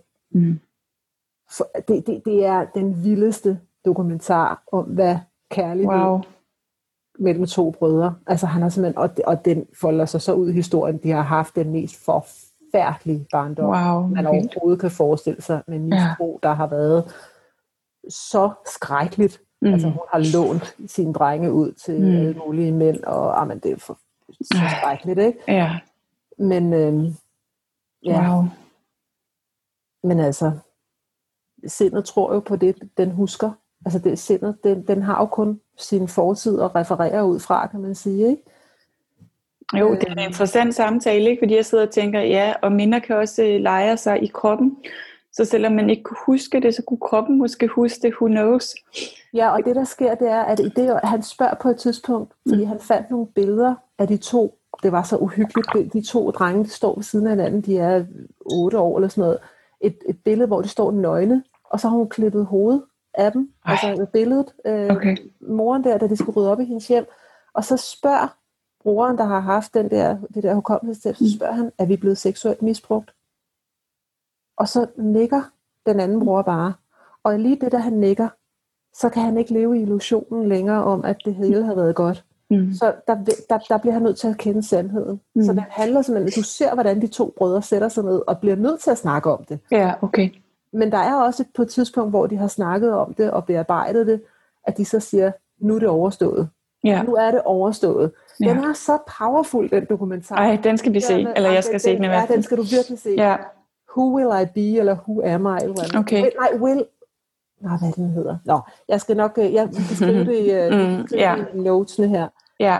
For det er den vildeste dokumentar om, hvad kærlighed mellem to brødre. Altså han har simpelthen, og den folder sig så ud i historien, de har haft den mest forfærdelige barndom, man overhovedet kan forestille sig, med misbrug, der har været så skrækkeligt. Altså hun har lånt sine drenge ud til alle mulige mænd, og det er så skrækkeligt, ikke? Ja. Men men altså sindet tror jo på det, den husker. Altså det sindet, den har jo kun sin fortid at referere ud fra, kan man sige, ikke? Jo, det er en interessant samtale, ikke? Fordi jeg sidder og tænker, og minder kan også lejre sig i kroppen. Så selvom man ikke kunne huske det, så kunne kroppen måske huske det, who knows? Ja, og det der sker, det er, at han spørger på et tidspunkt, fordi han fandt nogle billeder af de to, det var så uhyggeligt, de to drenge, der står ved siden af hinanden, de er 8 år eller sådan noget, et billede, hvor de står nøgne, og så har hun klippet hovedet af dem, altså billedet, moren der, da de skulle rydde op i hendes hjem, og så spørger broren, der har haft det der hukommelsestab, så spørger han, er vi blevet seksuelt misbrugt? Og så nikker den anden bror bare, og lige det, der han nikker, så kan han ikke leve i illusionen længere om, at det hele har været godt. Så der bliver han nødt til at kende sandheden. Så det handler simpelthen, du ser, hvordan de to brødre sætter sig ned, og bliver nødt til at snakke om det. Ja, okay. Men der er også på et tidspunkt, hvor de har snakket om det, og bearbejdet det, at de så siger, nu er det overstået. Ja. Nu er det overstået. Den er så powerful, den dokumentar. Ej, den skal vi se, eller jeg skal se den i hvert fald. Ja, den skal du virkelig se. Ja. Who Will I Be, eller Who Am I? Eller okay. Hvad den hedder. Nå, jeg skal nok, jeg skal skrive det i notesene her. Ja.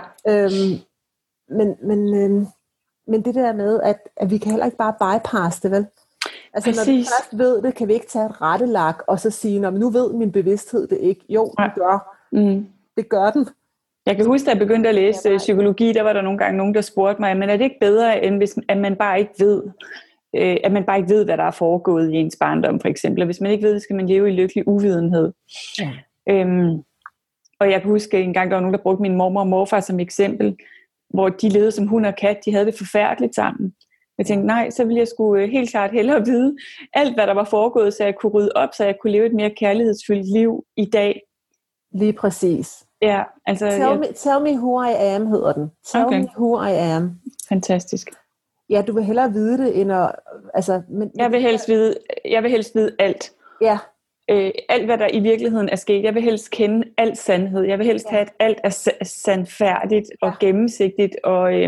Men det der med, at vi kan heller ikke bare bypasse det, vel? Altså når vi først ved det, kan vi ikke tage et rettelak og så sige, nu ved min bevidsthed det ikke. Jo, det gør. Det gør den. Jeg kan huske, da jeg begyndte at læse psykologi, der var der nogle gange nogen, der spurgte mig, men er det ikke bedre, end hvis at man bare ikke ved, hvad der er foregået i ens barndom, for eksempel. Og hvis man ikke ved det, skal man leve i lykkelig uvidenhed. Ja. Og jeg kan huske en gang, der var nogen, der brugte min mormor og morfar som eksempel, hvor de levede som hund og kat, de havde det forfærdeligt sammen. Jeg tænkte, nej, så ville jeg sgu helt klart hellere vide alt, hvad der var foregået, så jeg kunne rydde op, så jeg kunne leve et mere kærlighedsfyldt liv i dag. Lige præcis. Ja, altså, tell me who I am, hedder den. Tell me who I am. Fantastisk. Ja, du vil hellere vide det, end at... Altså, men, jeg vil helst vide alt. Ja. Alt, hvad der i virkeligheden er sket. Jeg vil helst kende alt sandhed. Jeg vil helst have, at alt er sandfærdigt og gennemsigtigt.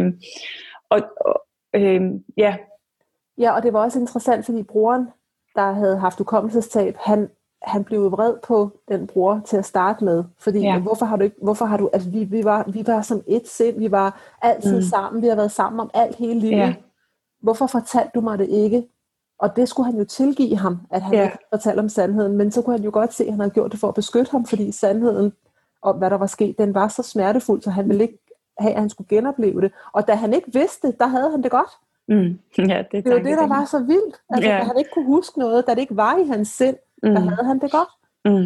Ja, og det var også interessant, fordi broren, der havde haft hukommelsestab, han blev vred på den bror til at starte med, fordi hvorfor har du, altså vi var som et sind, vi var altid sammen, vi har været sammen om alt hele livet. Hvorfor fortalte du mig det ikke? Og det skulle han jo tilgive ham, at han ikke fortalte om sandheden, men så kunne han jo godt se, at han havde gjort det for at beskytte ham, fordi sandheden om, hvad der var sket, den var så smertefuld, så han ville ikke have, at han skulle genopleve det. Og da han ikke vidste det, der havde han det godt. Ja, det var det, der var så vildt. Altså, da han ikke kunne huske noget, da det ikke var i hans sind, der havde han det godt.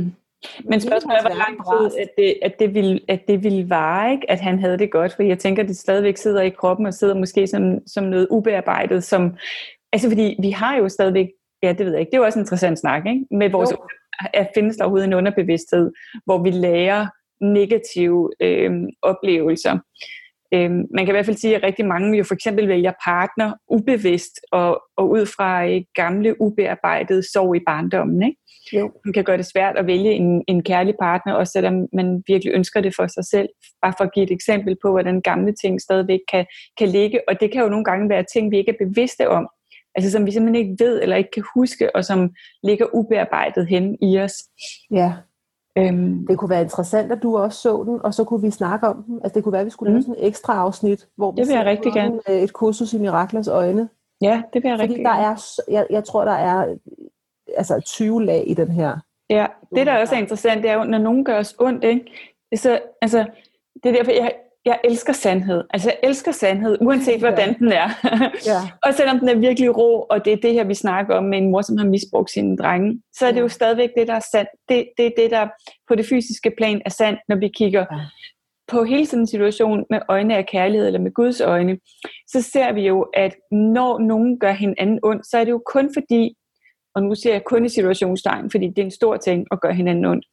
Men spørgsmålet er, hvor lang tid, at det ville vare, ikke? At han havde det godt, for jeg tænker, at det stadigvæk sidder i kroppen, og sidder måske som noget ubearbejdet, som, altså fordi vi har jo stadigvæk, ja det ved jeg ikke, det er jo også en interessant snak, ikke? Med vores, at findes der overhovedet en underbevidsthed, hvor vi lærer negative oplevelser. Man kan i hvert fald sige, at rigtig mange jo for eksempel vælger partner ubevidst og ud fra gamle ubearbejdede sorg i barndommen. Ikke? Jo. Man kan gøre det svært at vælge en kærlig partner, også selvom man virkelig ønsker det for sig selv. Bare for at give et eksempel på, hvordan gamle ting stadigvæk kan ligge. Og det kan jo nogle gange være ting, vi ikke er bevidste om. Altså som vi simpelthen ikke ved eller ikke kan huske, og som ligger ubearbejdet hen i os. Ja. Det kunne være interessant, at du også så den, og så kunne vi snakke om den. Altså det kunne være, at vi skulle lave sådan et ekstra afsnit, hvor vi ser et kursus i Miraklers øjne. Ja, det vil jeg rigtig gerne. Jeg tror, der er altså 20 lag i den her. Ja, det der også er interessant, det er jo, når nogen gør os ondt, ikke? Så, altså, det er derfor, jeg elsker sandhed. Altså jeg elsker sandhed, uanset hvordan den er. Og selvom den er virkelig rå, og det er det her, vi snakker om med en mor, som har misbrugt sine drenge, så er det jo stadigvæk det, der er sandt. Det er det, der på det fysiske plan er sandt, når vi kigger på hele sådan en situation med øjne af kærlighed, eller med Guds øjne. Så ser vi jo, at når nogen gør hinanden ondt, så er det jo kun fordi, og nu siger jeg kun i situationstegn, fordi det er en stor ting at gøre hinanden ondt,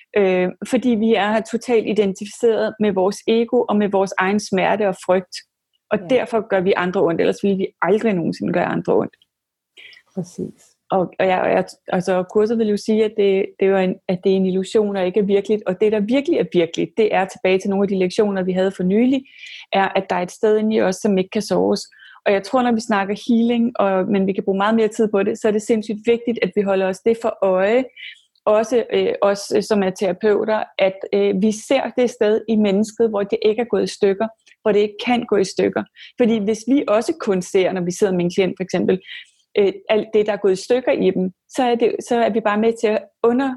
fordi vi er totalt identificeret med vores ego og med vores egen smerte og frygt. Og derfor gør vi andre ondt, ellers ville vi aldrig nogensinde gøre andre ondt. Præcis. Og altså, kurset vil jo sige, at det er en illusion og ikke er virkeligt. Og det, der virkelig er virkeligt, det er tilbage til nogle af de lektioner, vi havde for nylig, er, at der er et sted inde i os, som ikke kan såres. Og jeg tror, når vi snakker healing, men vi kan bruge meget mere tid på det, så er det sindssygt vigtigt, at vi holder os det for øje, også os som er terapeuter, at vi ser det sted i mennesket, hvor det ikke er gået i stykker, hvor det ikke kan gå i stykker. Fordi hvis vi også kun ser, når vi sidder med en klient for eksempel, alt det, der er gået i stykker i dem, så er vi bare med til at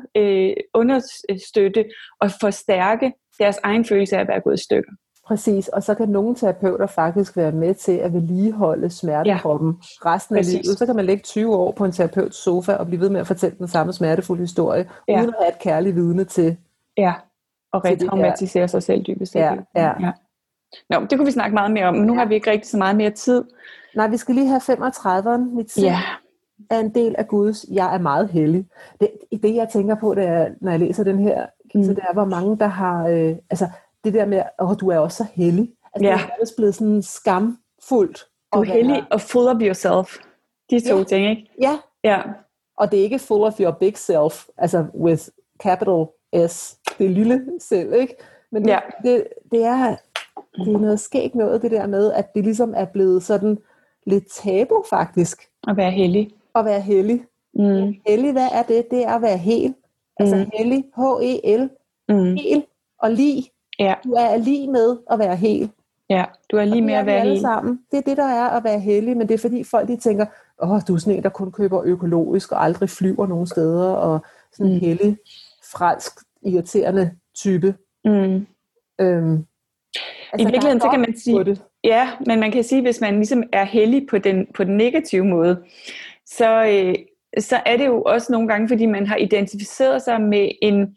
understøtte og forstærke deres egen følelse af at være gået i stykker. Præcis, og så kan nogle terapeuter faktisk være med til at vedligeholde smertekroppen resten af livet. Så kan man lægge 20 år på en terapeuts sofa og blive ved med at fortælle den samme smertefulde historie, uden at have et kærligt vidne til. Ja, og retraumatisere sig selv dybest set. Ja. Nå, det kunne vi snakke meget mere om, men nu har vi ikke rigtig så meget mere tid. Nej, vi skal lige have 35'eren. Mit sind er en del af Guds. Jeg er meget hellig. Det jeg tænker på, det er, når jeg læser den her, så det er, hvor mange der har... det der med, du er også så hellig. Altså, det er også blevet sådan skamfuldt. Du er hellig og full of yourself. De to ting, ikke? Ja. Og det er ikke full of your big self, altså with capital S, det lille selv, ikke? Men det er noget skægt noget, det der med, at det ligesom er blevet sådan lidt tabu, faktisk. At være hellig. Hellig, hvad er det? Det er at være hel. Altså hellig, H-E-L, hel og lig. Ja. Du er lige med at være hel. Ja, du er lige med at være hellig. Det er det, der er at være hellig, men det er fordi folk de tænker, du er sådan en, der kun køber økologisk og aldrig flyver nogen steder, og sådan en hellig, fransk, irriterende type. I virkeligheden, så kan man sige, ja, men man kan sige, hvis man ligesom er hellig på den negative måde, så er det jo også nogle gange, fordi man har identificeret sig med en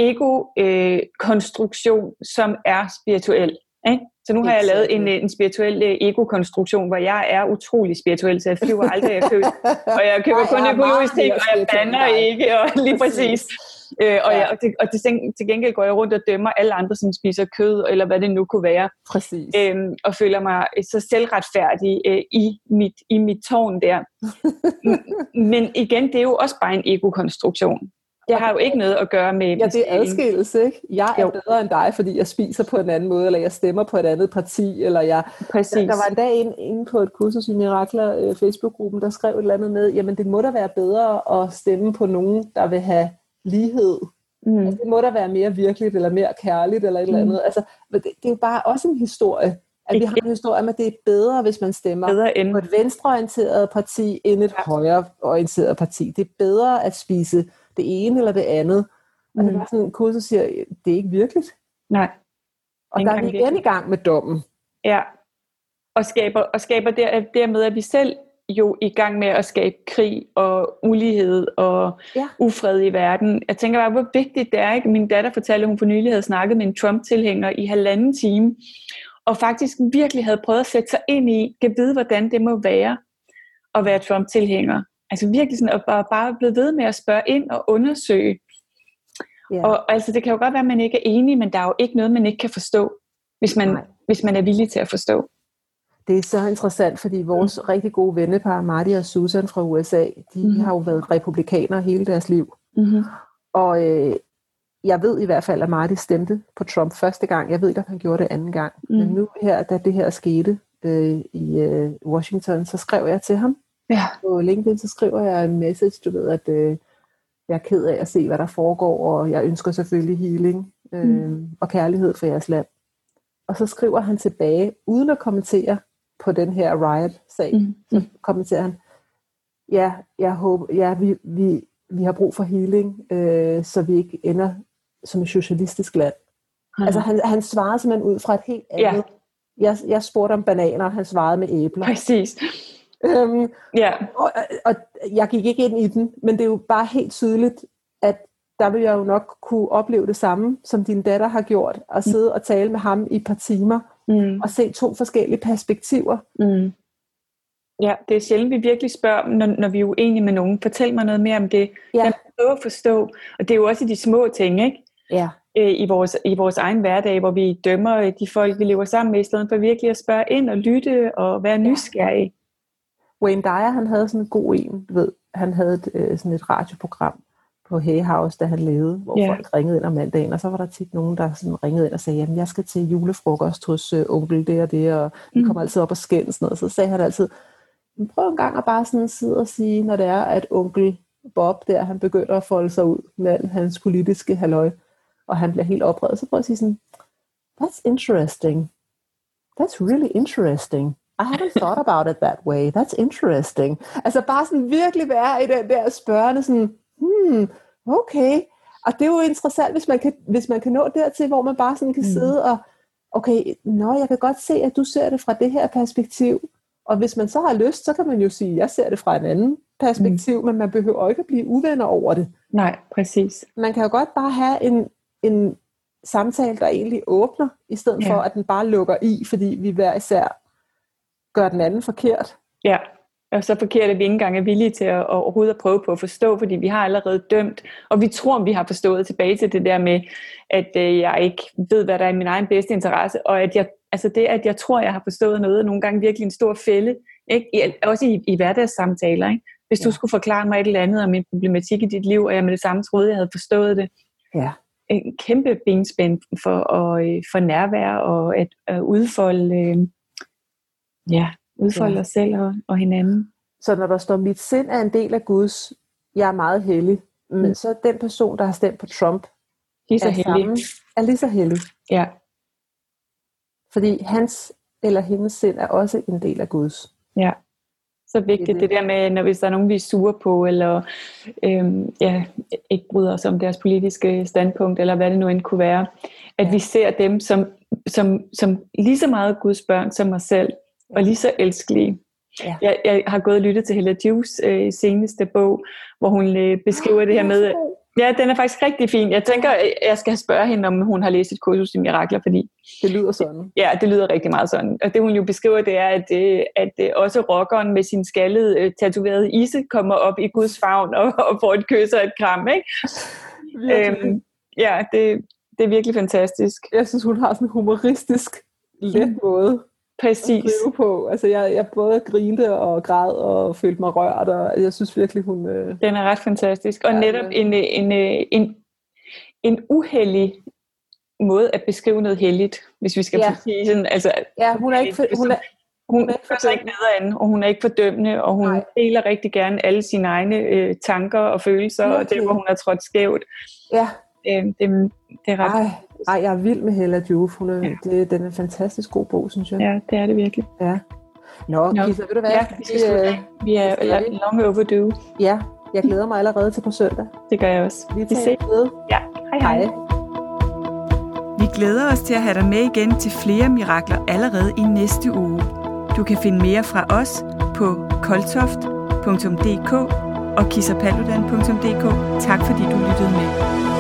ego-konstruktion, som er spirituel. Ikke? Så nu har jeg lavet en spirituel ego-konstruktion, hvor jeg er utrolig spirituel, så jeg flyver aldrig, og jeg køber kun økologisk ting, og jeg bander ikke, og lige præcis. Og til gengæld går jeg rundt og dømmer alle andre, som spiser kød, eller hvad det nu kunne være. Præcis. Og føler mig så selvretfærdig i mit tårn der. Men igen, det er jo også bare en ego-konstruktion. Det har jo ikke noget at gøre med... Ja, det er adskillelse, ikke? Jeg er bedre end dig, fordi jeg spiser på en anden måde, eller jeg stemmer på et andet parti, eller jeg... Præcis. Der var en dag inde på et kursus i Mirakler, Facebook-gruppen, der skrev et eller andet med, jamen det må da være bedre at stemme på nogen, der vil have lighed. Altså, det må da være mere virkeligt, eller mere kærligt, eller et eller andet. Altså, det er jo bare også en historie, at vi har en historie om, at det er bedre, hvis man stemmer på et venstreorienteret parti, end et højreorienteret parti. Det er bedre at spise det ene eller det andet. Og det var sådan en kursus, der siger, det er ikke virkeligt. Nej. Og der er vi igen i gang med dommen. Ja. Og skaber dermed, at vi selv jo i gang med at skabe krig og ulighed og ufred i verden. Jeg tænker bare, hvor vigtigt det er. Ikke? Min datter fortalte, at hun for nylig havde snakket med en Trump-tilhænger i 1,5 time, og faktisk virkelig havde prøvet at sætte sig ind i, kan vide, hvordan det må være at være Trump-tilhænger. Altså virkelig sådan, og bare blive ved med at spørge ind og undersøge. Yeah. Og altså, det kan jo godt være, at man ikke er enig, men der er jo ikke noget, man ikke kan forstå, hvis man er villig til at forstå. Det er så interessant, fordi vores rigtig gode vennepar, Marty og Susan fra USA, de har jo været republikanere hele deres liv. Og jeg ved i hvert fald, at Marty stemte på Trump første gang. Jeg ved ikke, at han gjorde det anden gang. Men nu her, da det her skete i Washington, så skrev jeg til ham. Ja. På LinkedIn, så skriver jeg en message, du ved, at jeg er ked af at se, hvad der foregår, og jeg ønsker selvfølgelig healing og kærlighed for jeres land. Og så skriver han tilbage, uden at kommentere på den her riot-sag, så kommenterer han, jeg håber, vi har brug for healing, så vi ikke ender som et socialistisk land. Altså han svarede simpelthen ud fra et helt andet. Jeg spurgte om bananer, han svarede med æbler. Præcis. Og jeg gik ikke ind i den, men det er jo bare helt tydeligt, at der vil jeg jo nok kunne opleve det samme, som din datter har gjort, at sidde og tale med ham i et par timer, og se 2 forskellige perspektiver. Ja, det er sjældent, vi virkelig spørger, når vi er uenige med nogen. Fortæl mig noget mere om det. Jeg prøver at forstå, og det er jo også i de små ting, ikke? Ja. I vores egen hverdag, hvor vi dømmer de folk, vi lever sammen med, i stedet for virkelig at spørge ind og lytte og være nysgerrig. Wayne Dyer, han havde sådan en god en, du ved, han havde sådan et radioprogram på Hay House, da han levede, hvor folk ringede ind om mandagen, og så var der tit nogen, der sådan ringede ind og sagde, jamen jeg skal til julefrokost hos onkel det og det, og vi kommer altid op og skændes, sådan noget. Så sagde han altid, prøv en gang at bare sådan sidde og sige, når det er, at onkel Bob der, han begynder at folde sig ud med hans politiske halløj, og han bliver helt oprevet, så prøv at sige sådan, that's interesting. That's really interesting. I haven't thought about it that way. That's interesting. Altså bare sådan virkelig være i den der spørgende sådan, okay. Og det er jo interessant, hvis man kan nå dertil, hvor man bare sådan kan sidde og, okay, jeg kan godt se, at du ser det fra det her perspektiv. Og hvis man så har lyst, så kan man jo sige, at jeg ser det fra en anden perspektiv, men man behøver ikke at blive uvenner over det. Nej, præcis. Man kan jo godt bare have en samtale, der egentlig åbner, i stedet for, at den bare lukker i, fordi vi hver især gør den anden forkert. Ja, og så forkert, at vi ikke engang er villige til at overhovedet at prøve på at forstå, fordi vi har allerede dømt, og vi tror, vi har forstået, tilbage til det der med, at jeg ikke ved, hvad der er i min egen bedste interesse, og at jeg tror, jeg har forstået noget, nogle gange virkelig en stor fælde, ikke? Også i hverdagssamtaler, ikke? Hvis du skulle forklare mig et eller andet om en problematik i dit liv, og jeg med det samme troede, jeg havde forstået det. Ja. En kæmpe benspænd for nærvær, og at udfolde os selv og hinanden. Så når der står, mit sind er en del af Guds, jeg er meget hellig, men så den person, der har stemt på Trump, er lige så hellig. Er lige så hellig. Ja. Fordi hans eller hendes sind er også en del af Guds. Ja, så vigtigt det der med, når hvis der er nogen, vi er sure på, eller ikke bryder os om deres politiske standpunkt, eller hvad det nu end kunne være, at vi ser dem som lige så meget Guds børn som os selv, og lige så elskelige. Ja. Jeg har gået og lyttet til Hella Joof seneste bog, hvor hun beskriver det her med... Ja, den er faktisk rigtig fin. Jeg tænker, jeg skal spørge hende, om hun har læst et kursus i mirakler, fordi... Det lyder sådan. Ja, det lyder rigtig meget sådan. Og det hun jo beskriver, det er, at også rockeren med sin skaldede, tatoverede isse kommer op i Guds favn og får et kys og et kram, ikke? Ja, det er virkelig fantastisk. Jeg synes, hun har sådan en humoristisk, let måde. Præcis. At skrive på. Altså, jeg både grinte og græd og følte mig rørt, og jeg synes virkelig, hun... Den er ret fantastisk. Og netop en uheldig måde at beskrive noget helligt, hvis vi skal sige sådan. Altså, hun er ikke hun er ikke nederinde, og hun er ikke fordømmende, og hun deler rigtig gerne alle sine egne tanker og følelser, og det, hvor hun har trådt skævt. Ja. Det er ret... Ej, jeg er vild med Hella Joof. Den er en fantastisk god bog, synes jeg. Ja, det er det virkelig. Ja. Nå, Kisser, ved du hvad? Ja, vi er long overdue. Ja, jeg glæder mig allerede til på søndag. Det gør jeg også. Vi ses. Ja, hej. Vi glæder os til at have dig med igen til flere mirakler allerede i næste uge. Du kan finde mere fra os på koltoft.dk og kissapaludan.dk. Tak fordi du lyttede med.